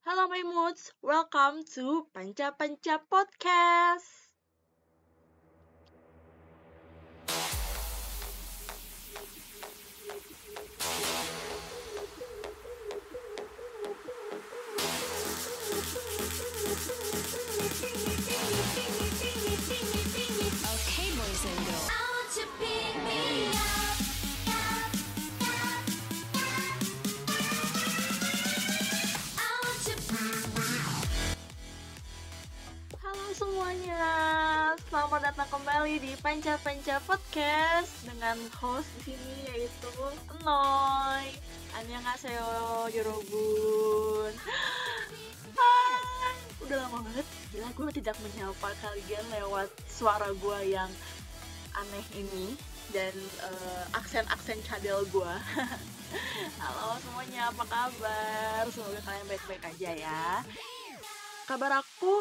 Halo my moods, welcome to Panca Podcast. Okay, boys and girls. Halo semuanya, selamat datang kembali di Panca Podcast dengan host di sini yaitu Noy. Annyeonghaseyo, Yorobun. Hai, udah lama banget, gila gue tidak menyapa kalian lewat suara gue yang aneh ini dan aksen cadel gue. Halo semuanya, apa kabar? Semoga kalian baik-baik aja ya. Kabar aku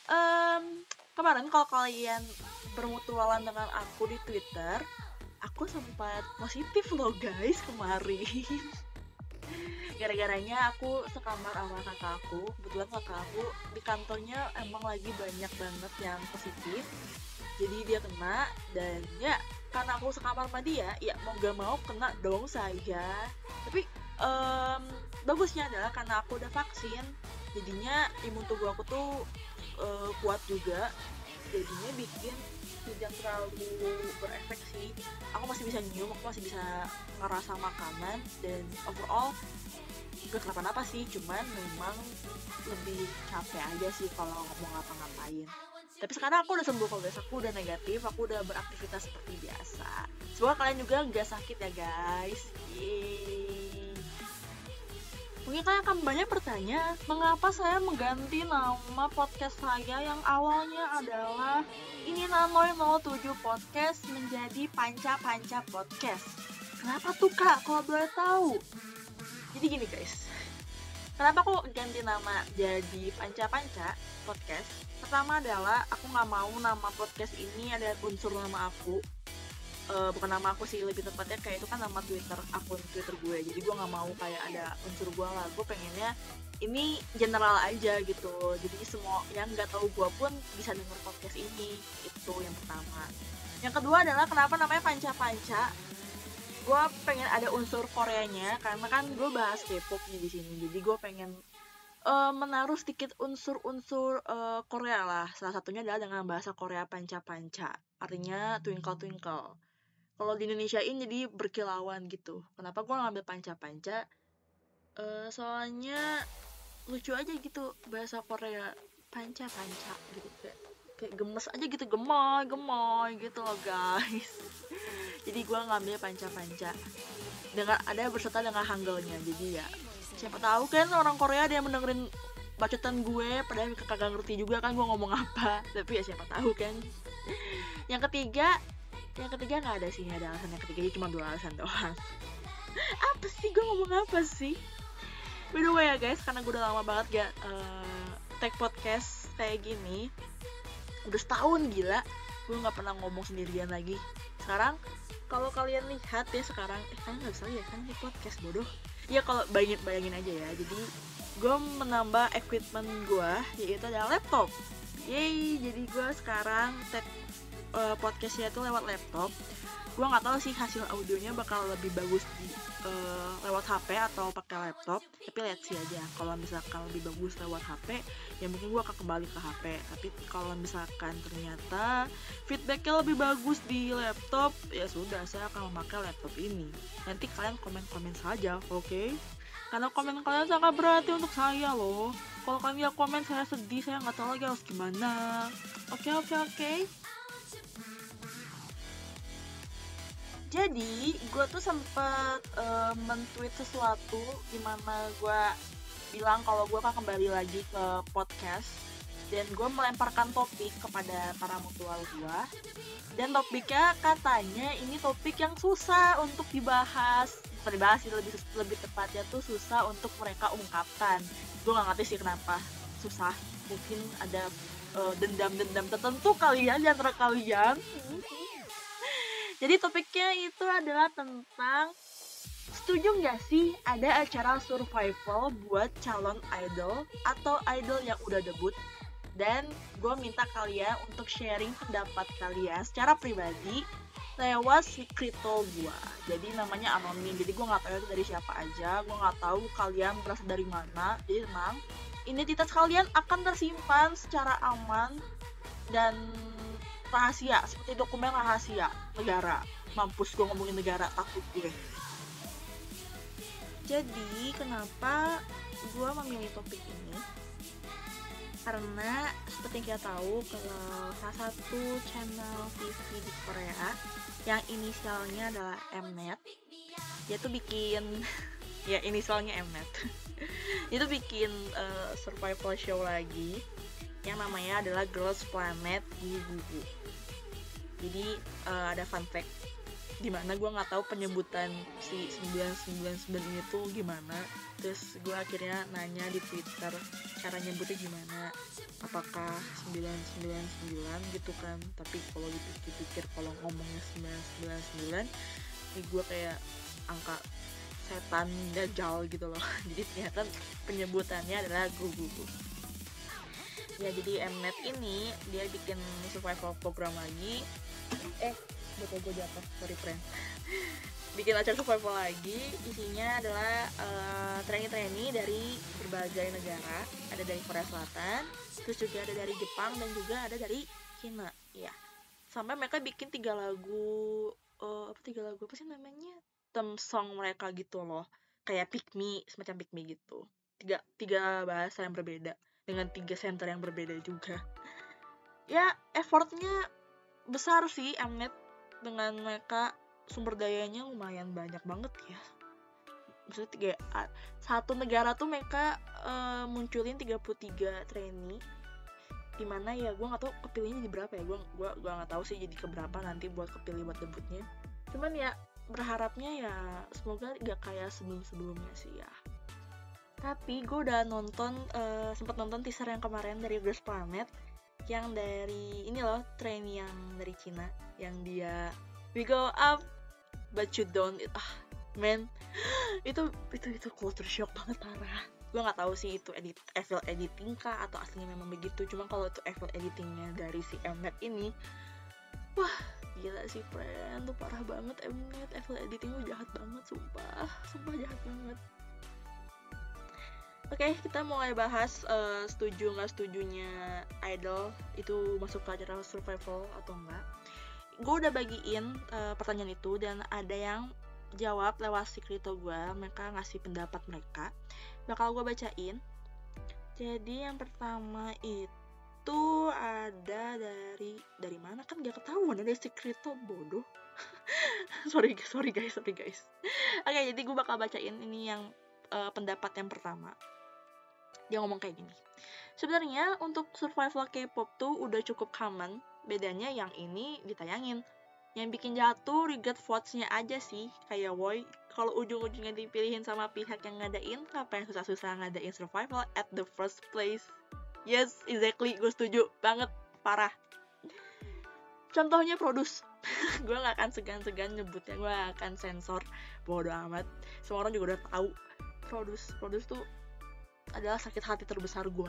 kemarin kalau kalian bermutualan dengan aku di Twitter, aku sempat positif loh guys kemarin. Gara-garanya aku sekamar sama kakak aku. Kebetulan kakak aku di kantornya emang lagi banyak banget yang positif. Jadi dia kena dan ya karena aku sekamar sama dia, ya mau gak mau kena dong saya. Tapi bagusnya adalah karena aku udah vaksin, jadinya imun tubuh aku tuh kuat juga, jadinya bikin tidak terlalu berefek sih. Aku masih bisa nyium, aku masih bisa ngerasa makanan, dan overall gak kenapa-napa sih, cuman memang lebih capek aja sih kalau ngomong ngapa-ngapain. Tapi sekarang aku udah sembuh kok guys, aku udah negatif, aku udah beraktivitas seperti biasa. Semoga kalian juga gak sakit ya guys. Yeay. Mungkin kalian akan banyak bertanya, mengapa saya mengganti nama podcast saya yang awalnya adalah Ini Nanoy 07 Podcast menjadi Panca Podcast. Kenapa tuh kak, kalau boleh tahu? Jadi gini guys, kenapa aku ganti nama jadi Panca Podcast? Pertama adalah aku gak mau nama podcast ini ada unsur nama aku. Bukan nama aku sih, lebih tepatnya kayak itu kan nama Twitter, akun Twitter gue. Jadi gue nggak mau kayak ada unsur gue lah. Gue pengennya ini general aja gitu. Jadi semua yang nggak tahu gue pun bisa denger podcast ini. Itu yang pertama. Yang kedua adalah kenapa namanya Panca. Gue pengen ada unsur Koreanya karena kan gue bahas K-pop nih di sini. Jadi gue pengen menaruh sedikit unsur-unsur Korea lah. Salah satunya adalah dengan bahasa Korea Panca. Artinya twinkle. Kalau di Indonesiain jadi berkilauan gitu. Kenapa gue ngambil Panca? Soalnya lucu aja gitu bahasa Korea, Panca gitu, kayak gemes aja gitu, gemoy gitu loh guys. Jadi gue ngambil Panca dengan ada berserta dengan hangulnya. Jadi ya siapa tahu kan orang Korea ada yang mendengerin bacotan gue, padahal kagak ngerti juga kan gue ngomong apa. Tapi ya siapa tahu kan. Yang ketiga nggak ada sih, nggak ada alasan. Yang ketiga cuma 2 alasan doang. Apa sih, gue ngomong apa sih? By the way ya guys, karena gue udah lama banget gak take podcast kayak gini, udah setahun gila gue nggak pernah ngomong sendirian lagi. Sekarang kalau kalian lihat ya sekarang, kalian nggak bisa lihat kan ini podcast bodoh ya. Kalau bayangin aja ya, jadi gue menambah equipment gue, yaitu adalah laptop. Yeay, jadi gue sekarang take podcastnya itu lewat laptop. Gue nggak tahu sih hasil audionya bakal lebih bagus di lewat HP atau pakai laptop, tapi lihat sih aja. Kalau misalkan lebih bagus lewat HP, ya mungkin gue akan kembali ke HP. Tapi kalau misalkan ternyata feedbacknya lebih bagus di laptop, ya sudah, saya akan memakai laptop ini. Nanti kalian komen saja, oke? Karena komen kalian sangat berarti untuk saya loh. Kalau kalian gak komen, saya sedih, saya nggak tahu lagi harus gimana. Oke. Jadi gue tuh sempet men-tweet sesuatu dimana gue bilang kalau gue akan kembali lagi ke podcast, dan gue melemparkan topik kepada para mutual gue. Dan topiknya katanya ini topik yang susah untuk dibahas. Bukan dibahas sih, lebih tepatnya tuh susah untuk mereka ungkapkan. Gue gak ngerti sih kenapa susah. Mungkin ada dendam tertentu kalian di antara kalian. Jadi topiknya itu adalah tentang setuju nggak sih ada acara survival buat calon idol atau idol yang udah debut? Dan gue minta kalian untuk sharing pendapat kalian secara pribadi lewat secret call gue. Jadi namanya anonim, jadi gue nggak tahu itu dari siapa aja, gue nggak tahu kalian berasal dari mana. Jadi tenang, identitas kalian akan tersimpan secara aman dan rahasia, seperti dokumen rahasia negara. Mampus gue ngomongin negara, takut gue. Jadi kenapa gue memilih topik ini? Karena seperti yang kita tahu, kalau salah satu channel TV di Korea yang inisialnya adalah Mnet, dia tuh bikin ya inisialnya Mnet dia tuh bikin survival show lagi yang namanya adalah Girls Planet Gugugu. Jadi ada fun fact dimana gue nggak tahu penyebutan si 999 ini tuh gimana. Terus gue akhirnya nanya di Twitter cara nyebutnya gimana, apakah 999 gitu kan. Tapi kalau dipikir-pikir kalau ngomongnya 999 ini gue kayak angka setan dajjal gitu loh. Jadi ternyata penyebutannya adalah Gugugu. Ya jadi Mnet ini dia bikin survival program lagi. Botol gue jatuh, sorry friend. Bikin acara survival lagi, isinya adalah trainee-trainee dari berbagai negara. Ada dari Korea Selatan, terus juga ada dari Jepang, dan juga ada dari Cina. Ya, sampai mereka bikin 3 lagu, 3 lagu apa sih namanya? Theme song mereka gitu loh. Kayak Pick Me, semacam Pick Me gitu. Tiga bahasa yang berbeda, dengan 3 center yang berbeda juga. Ya, effortnya besar sih Mnet. Dengan mereka sumber dayanya lumayan banyak banget ya. Maksudnya satu negara tuh mereka munculin 33 trainee. Dimana ya gue nggak tahu kepilihnya di berapa ya. Gue nggak tahu sih jadi keberapa nanti buat kepilih buat debutnya. Cuman ya berharapnya ya semoga gak kayak sebelumnya sih ya. Tapi gue udah sempat nonton teaser yang kemarin dari Girls Planet, yang dari ini loh, trainee yang dari Cina, yang dia we go up but you don't. Man, itu culture shock banget, parah. Gue nggak tahu sih itu evil editing kah atau aslinya memang begitu. Cuma kalau itu evil editingnya dari si Mnet ini, wah gila sih friend, tuh parah banget. Mnet evil editing tuh jahat banget, sumpah jahat banget. Oke, kita mulai bahas setuju nggak setujunya idol itu masuk ke acara survival atau enggak. Gue udah bagiin pertanyaan itu dan ada yang jawab lewat secreto gue. Mereka ngasih pendapat mereka, bakal gue bacain. Jadi yang pertama itu ada dari mana kan gak ketahuan ada secreto, bodoh. sorry guys. Oke, jadi gue bakal bacain ini yang pendapat yang pertama. Dia ngomong kayak gini. Sebenarnya untuk survival K-pop tuh udah cukup common. Bedanya yang ini ditayangin. Yang bikin jatuh regret votes-nya aja sih. Kayak Woy, kalau ujung-ujungnya dipilihin sama pihak yang ngadain, ngapain susah-susah ngadain survival at the first place? Yes, exactly, gue setuju banget, parah. Contohnya Produce. Gue gak akan segan-segan nyebutnya, gue gak akan sensor. Bodo amat, semua orang juga udah tahu. Produce tuh adalah sakit hati terbesar gue.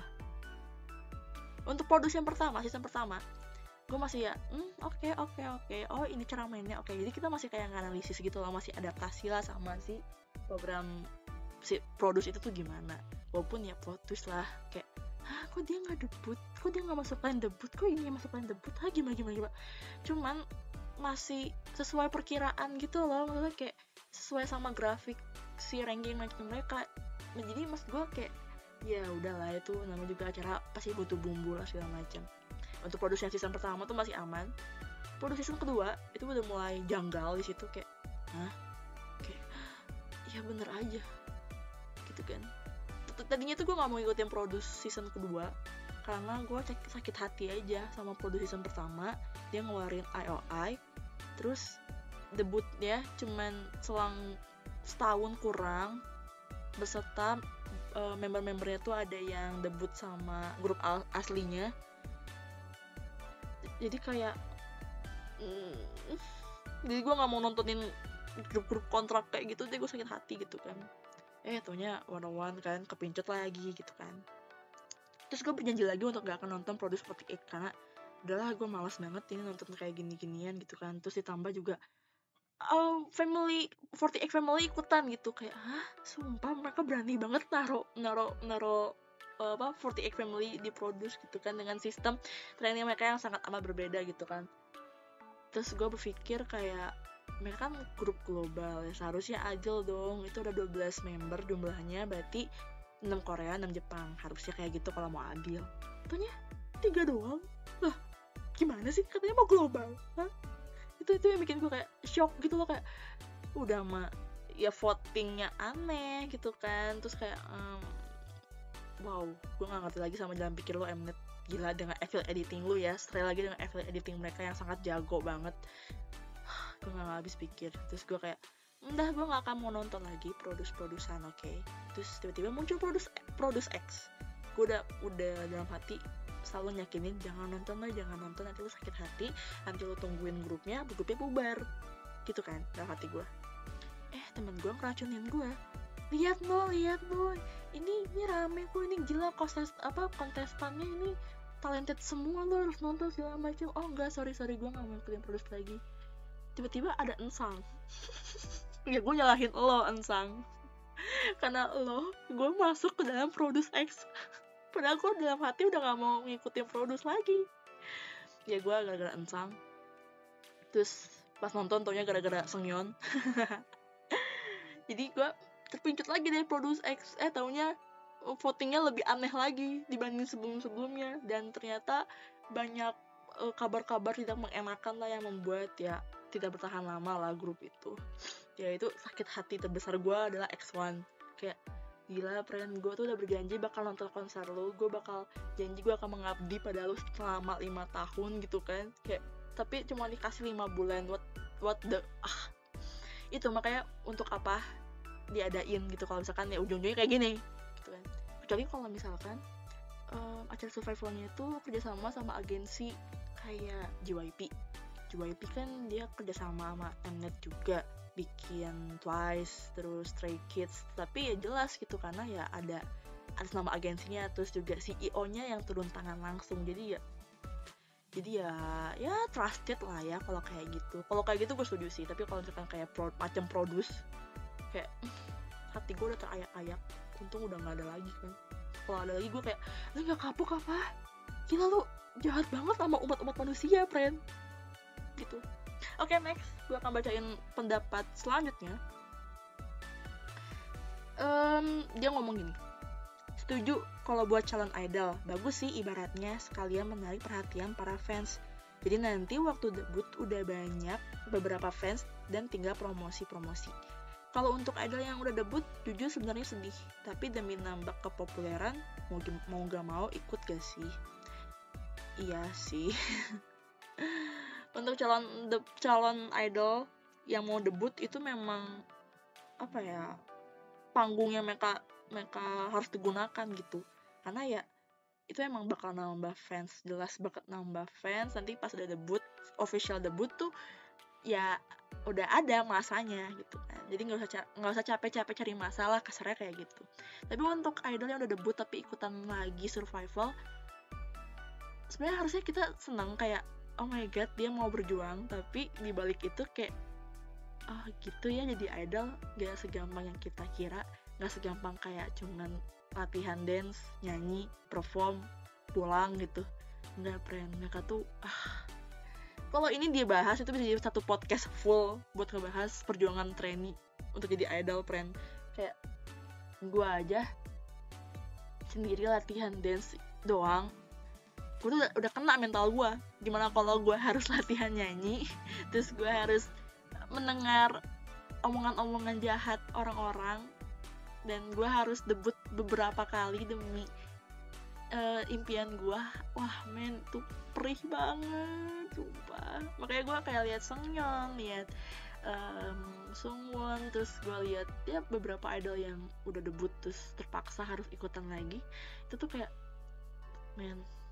Untuk Produce yang pertama, season pertama, gue masih ya oke, oh ini cara mainnya, oke. Jadi kita masih kayak nganalisis gitu loh, masih adaptasi lah sama si program si Produce itu tuh gimana. Walaupun ya plot twist lah, kayak kok dia nggak debut, kok dia nggak masuk line debut, kok ini yang masuk line debut, gimana. Cuman masih sesuai perkiraan gitu loh, maksudnya kayak sesuai sama grafik si ranking mereka. Jadi mas gue kayak ya udahlah, itu namanya juga acara pasti butuh bumbu lah segala macam. Untuk Produce yang season pertama tuh masih aman. Produce season kedua itu udah mulai janggal di situ, kayak kayak ya bener aja gitu kan. Tadinya tuh gue nggak mau ikutin Produce season kedua karena gue sakit hati aja sama Produce season pertama. Dia ngeluarin IOI, terus debutnya cuman selang setahun kurang, beserta member-membernya tuh ada yang debut sama grup aslinya. Jadi kayak jadi gue nggak mau nontonin grup kontrak kayak gitu deh, gue sakit hati gitu kan. Taunya 101 kan kepincut lagi gitu kan. Terus gue berjanji lagi untuk gak akan nonton Produce 48 karena udahlah gue malas banget ini nonton kayak gini-ginian gitu kan. Terus ditambah juga family 48 family ikutan gitu, kayak sumpah mereka berani banget naro 48 family di Produce gitu kan, dengan sistem training mereka yang sangat amat berbeda gitu kan. Terus gue berpikir kayak mereka kan grup global ya, seharusnya adil dong, itu ada 12 member jumlahnya, berarti 6 Korea 6 Jepang, harusnya kayak gitu kalau mau adil. Tentunya 3 doang lah, gimana sih, katanya mau global. Itu yang bikin gue kayak shock gitu loh, kayak udah mah ya votingnya aneh gitu kan. Terus kayak wow, gue gak ngerti lagi sama jalan pikir lo Mnet. Gila dengan affiliate editing lu ya, sekali lagi dengan affiliate editing mereka yang sangat jago banget. Gue gak habis pikir. Terus gue kayak udah, gue gak akan mau nonton lagi produce-producean, oke. Terus tiba-tiba muncul Produce X. Gue udah dalam hati selalu nyakinin jangan nonton, nanti lu sakit hati, nanti lu tungguin grupnya bubar gitu kan dalam hati gue. Temen gue ngeracunin gue, lihat no, ini rame kok, ini gila kontestannya ini talented semua, lo harus nonton segala macam. Oh enggak, sorry gue nggak mau ikutin Produce lagi. Tiba-tiba ada Ensang. Ya gue nyalahin lo Ensang, karena gue masuk ke dalam Produce X. Padahal gue dalam hati udah gak mau ngikutin Produce lagi. Ya gue gara-gara Ensang. Terus pas nonton taunya gara-gara Seungyeon. Jadi gue terpincut lagi dari Produce X. Taunya votingnya lebih aneh lagi dibanding sebelum-sebelumnya. Dan ternyata banyak kabar-kabar tidak mengenakan lah yang membuat ya tidak bertahan lama lah grup itu. Ya itu sakit hati terbesar gue adalah X1. Kayak gila, friend, gue tuh udah berjanji bakal nonton konser lo, gue bakal janji gue akan mengabdi pada lo selama 5 tahun gitu kan. Kayak tapi cuma dikasih 5 bulan, what the itu makanya untuk apa diadain gitu kalau misalkan ya ujung-ujungnya kayak gini gitu kan. Kecuali kalau misalkan acara survivalnya itu kerjasama sama agensi kayak JYP kan dia kerjasama sama Mnet juga, bikin Twice terus Stray Kids, tapi ya jelas gitu karena ya ada nama agensinya, terus juga CEO-nya yang turun tangan langsung, jadi ya trusted lah ya kalau kayak gitu gue setuju sih. Tapi kalau misalkan kayak macam Produce, kayak hati gue udah terayak-ayak. Untung udah nggak ada lagi kan. Kalau ada lagi gue kayak lu nggak kapok apa, gila lu jahat banget sama umat manusia, friend gitu. Oke, next gue akan bacain pendapat selanjutnya. Dia ngomong gini, setuju kalau buat calon idol, bagus sih, ibaratnya sekalian menarik perhatian para fans. Jadi nanti waktu debut udah banyak beberapa fans dan tinggal promosi. Kalau untuk idol yang udah debut, jujur sebenarnya sedih, tapi demi nambah kepopuleran, mau gak mau ikut gak sih? Iya sih. Untuk calon idol yang mau debut itu memang apa ya, panggungnya mereka harus digunakan gitu, karena ya itu emang bakal nambah fans, jelas bakal nambah fans. Nanti pas udah debut, official debut tuh ya udah ada masanya gitu kan, jadi nggak usah capek-capek cari masalah, kasarnya kayak gitu. Tapi untuk idol yang udah debut tapi ikutan lagi survival, sebenarnya harusnya kita senang, kayak oh my god dia mau berjuang, tapi dibalik itu kayak gitu ya, jadi idol gak segampang yang kita kira, gak segampang kayak cuman latihan dance, nyanyi, perform, pulang gitu. Enggak, friend, mereka tuh kalau ini dia bahas itu bisa jadi satu podcast full buat ngebahas perjuangan trainee untuk jadi idol, friend. Kayak gue aja sendiri latihan dance doang, gue tuh udah kena mental gue. Gimana kalau gue harus latihan nyanyi, terus gue harus mendengar omongan-omongan jahat orang-orang, dan gue harus debut beberapa kali demi impian gue. Wah men, tuh perih banget sumpah. Makanya gue kayak lihat Seungyeon, lihat Sungwon, terus gue lihat ya beberapa idol yang udah debut terus terpaksa harus ikutan lagi, itu tuh kayak men,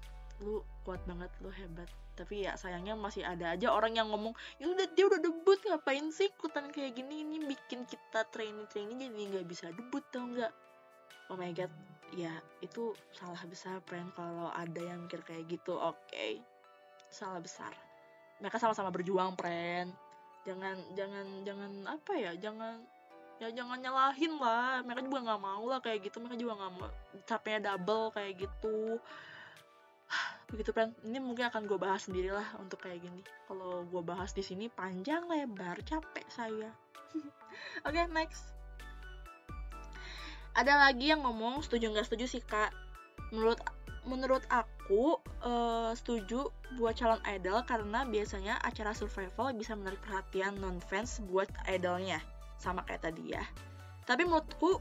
lu kuat banget, lu hebat. Tapi ya sayangnya masih ada aja orang yang ngomong, ya udah dia udah debut, ngapain sih ikutan kayak gini, ini bikin kita training jadi nggak bisa debut, tau nggak? Oh my god, ya itu salah besar friend kalau ada yang mikir kayak gitu. Oke, salah besar. Mereka sama-sama berjuang friend, jangan apa ya, jangan nyalahin lah. Mereka juga nggak mau lah kayak gitu, mereka juga nggak mau capeknya double kayak gitu. Begitu friend, ini mungkin akan gue bahas sendiri lah untuk kayak gini. Kalau gue bahas di sini panjang lebar, capek saya. Oke, next. Ada lagi yang ngomong setuju nggak setuju sih kak. Menurut aku setuju buat calon idol karena biasanya acara survival bisa menarik perhatian non-fans buat idolnya, sama kayak tadi ya. Tapi menurutku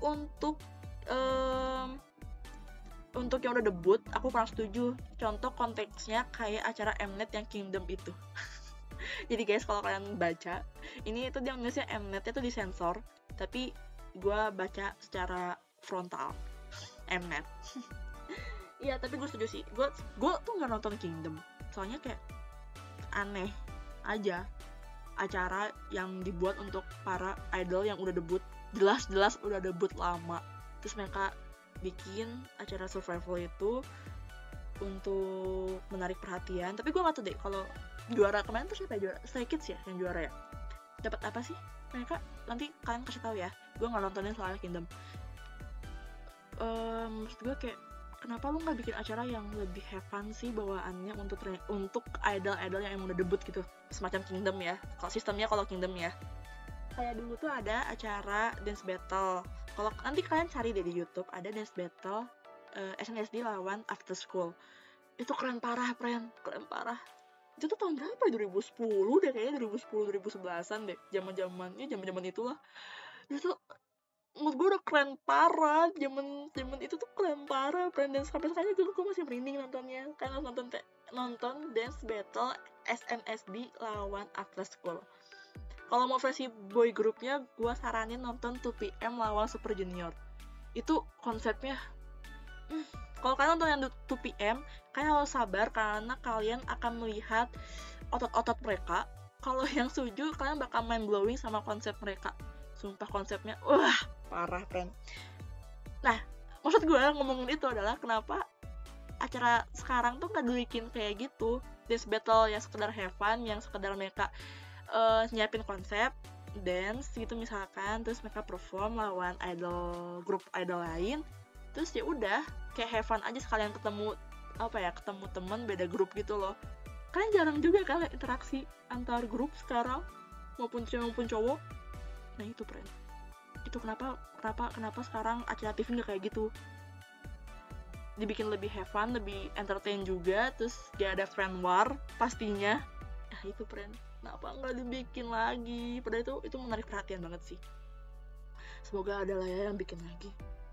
untuk yang udah debut, aku kurang setuju. Contoh konteksnya kayak acara Mnet yang Kingdom itu. Jadi guys, kalau kalian baca, ini itu dia nulisnya Mnetnya tuh disensor, tapi gue baca secara frontal Mnet. Iya, tapi gue setuju sih. Gue tuh nggak nonton Kingdom, soalnya kayak aneh aja acara yang dibuat untuk para idol yang udah debut, jelas udah debut lama, terus mereka bikin acara survival itu untuk menarik perhatian. Tapi gue nggak tahu deh kalau juara kemarin tuh siapa ya, juara Stray Kids ya yang juara ya, dapat apa sih mereka, nanti kalian kasih tahu ya, gue nggak nontonin soalnya Kingdom. Maksud gue kayak kenapa lu nggak bikin acara yang lebih have fun sih bawaannya untuk idol yang udah debut gitu, semacam Kingdom ya. Kalau sistemnya kalau Kingdom ya, kayak dulu tuh ada acara dance battle. Kalau nanti kalian cari deh di YouTube, ada dance battle SNSD lawan After School. Itu keren parah, keren parah. Itu tuh tahun berapa ya? 2010 deh kayaknya, 2011-an deh. Zaman itulah. Itu menurut gue udah keren parah. Zaman itu tuh keren parah, friend. Dan sampai sekarang juga gue masih merinding nontonnya. Karena nonton dance battle SNSD lawan After School. Kalau mau versi boy groupnya, gue saranin nonton 2PM lawan Super Junior. Itu konsepnya. Kalau kalian nonton yang 2PM, kalian harus sabar karena kalian akan melihat otot-otot mereka. Kalau yang Suju, kalian bakal mind blowing sama konsep mereka. Sumpah konsepnya, wah parah friend. Nah, maksud gue ngomongin itu adalah kenapa acara sekarang tuh gak dibikin kayak gitu. Dance battle yang sekedar have fun, yang sekedar mereka nyiapin konsep dance gitu misalkan, terus mereka perform lawan grup idol lain, terus ya udah kayak have fun aja, sekalian ketemu teman beda grup gitu loh. Kalian jarang juga kan interaksi antar grup sekarang, maupun cewek maupun cowok. Nah itu friend, itu kenapa sekarang acara TV nggak kayak gitu, dibikin lebih have fun, lebih entertain juga, terus gak ada friend war pastinya. Nah itu friend, kenapa nggak dibikin lagi? Padahal itu menarik perhatian banget sih. Semoga ada lah ya yang bikin lagi.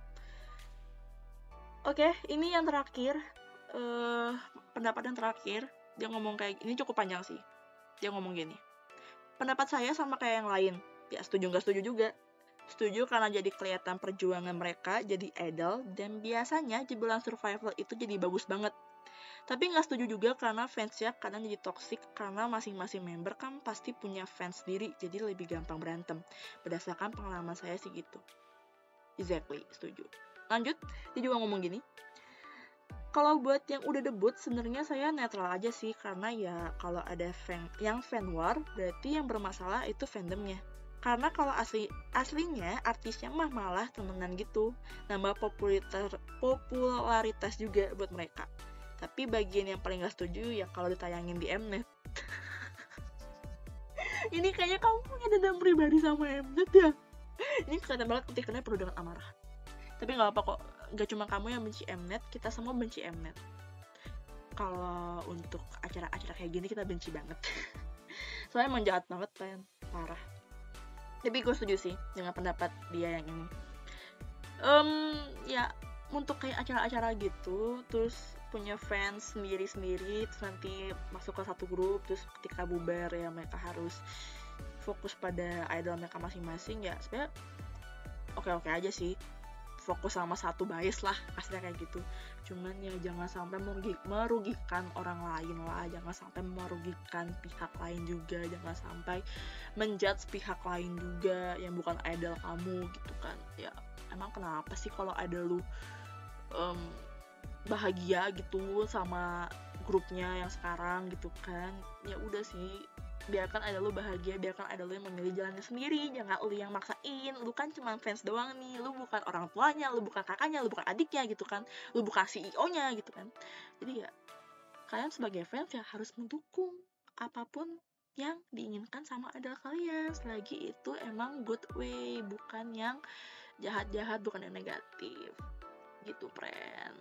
Oke, ini yang terakhir, pendapat yang terakhir. Dia ngomong kayak ini cukup panjang sih. Dia ngomong gini, pendapat saya sama kayak yang lain. Ya setuju nggak setuju juga. Setuju karena jadi kelihatan perjuangan mereka jadi idol, dan biasanya jebolan survival itu jadi bagus banget. Tapi nggak setuju juga karena fansnya kadang jadi toxic, karena masing-masing member kan pasti punya fans sendiri, jadi lebih gampang berantem. Berdasarkan pengalaman saya sih gitu. Exactly, setuju. Lanjut, dia juga ngomong gini, kalau buat yang udah debut sebenarnya saya netral aja sih, karena ya kalau ada fan war, berarti yang bermasalah itu fandomnya. Karena kalau aslinya artisnya malah temenan gitu, nambah popularitas juga buat mereka. Tapi bagian yang paling gak setuju ya kalau ditayangin di Mnet. Ini kayaknya kamu punya dendam pribadi sama Mnet ya. Ini kelihatan banget ketikannya penuh dengan amarah. Tapi gak apa kok, gak cuma kamu yang benci Mnet, kita semua benci Mnet. Kalau untuk acara-acara kayak gini kita benci banget. Soalnya emang jahat banget kan, parah. Tapi gue setuju sih dengan pendapat dia yang ini. Ya untuk kayak acara-acara gitu, terus punya fans sendiri-sendiri, terus nanti masuk ke satu grup, terus ketika bubar ya mereka harus fokus pada idol mereka masing-masing, ya sebenarnya oke-oke aja sih, fokus sama satu bias lah, aslinya kayak gitu. cuman ya jangan sampai merugikan orang lain lah, jangan sampai merugikan pihak lain juga, jangan sampai menjudge pihak lain juga yang bukan idol kamu gitu kan. Ya emang kenapa sih kalau idol lu bahagia gitu sama grupnya yang sekarang gitu kan, ya udah sih, biarkan idol lu bahagia, biarkan idol lu yang memilih jalannya sendiri, jangan lu yang maksain. Lu kan cuma fans doang nih, lu bukan orang tuanya, lu bukan kakaknya, lu bukan adiknya gitu kan, lu bukan CEO-nya gitu kan. Jadi ya kalian sebagai fans ya harus mendukung apapun yang diinginkan sama idol kalian, selagi itu emang good way, bukan yang jahat-jahat, bukan yang negatif gitu, friend.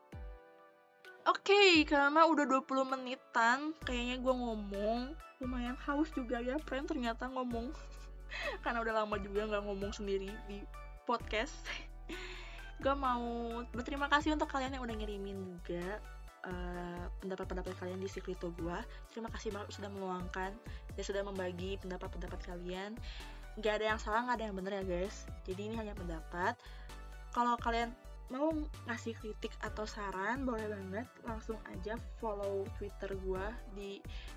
Oke, karena udah 20 menitan kayaknya gue ngomong, lumayan haus juga ya, friend, ternyata ngomong karena udah lama juga nggak ngomong sendiri di podcast. Gue mau berterima kasih untuk kalian yang udah ngirimin juga pendapat-pendapat kalian di Secreto gue. Terima kasih banget sudah meluangkan dan sudah membagi pendapat-pendapat kalian. Gak ada yang salah, gak ada yang bener ya guys, jadi ini hanya pendapat. Kalau kalian mau ngasih kritik atau saran, boleh banget langsung aja follow Twitter gue di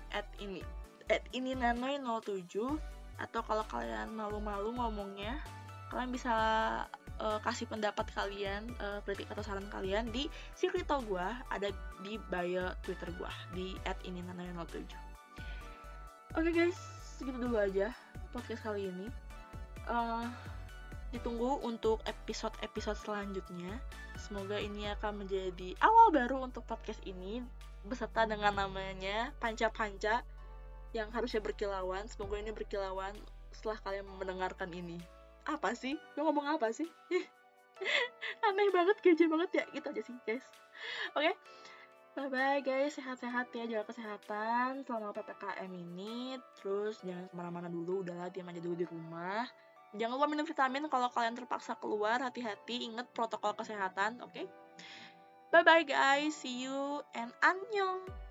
@ininanoy07. Atau kalau kalian malu-malu ngomongnya, kalian bisa kasih pendapat kalian, kritik atau saran kalian di Secreto gue, ada di bio Twitter gue di @ininanoy07. Oke guys, segitu dulu aja podcast kali ini. Ditunggu untuk episode-episode selanjutnya. Semoga ini akan menjadi awal baru untuk podcast ini, beserta dengan namanya Panca-Panca yang harusnya berkilauan. Semoga ini berkilauan setelah kalian mendengarkan ini. Apa sih? Gue ngomong apa sih? Aneh banget, gaje banget ya. Gitu aja sih guys. Oke, bye-bye guys, sehat-sehat ya, jaga kesehatan selama PPKM ini. Terus jangan kemana-mana dulu, udahlah diam aja dulu di rumah. Jangan lupa minum vitamin kalau kalian terpaksa keluar, hati-hati, ingat protokol kesehatan, oke? Bye-bye guys, see you and annyeong!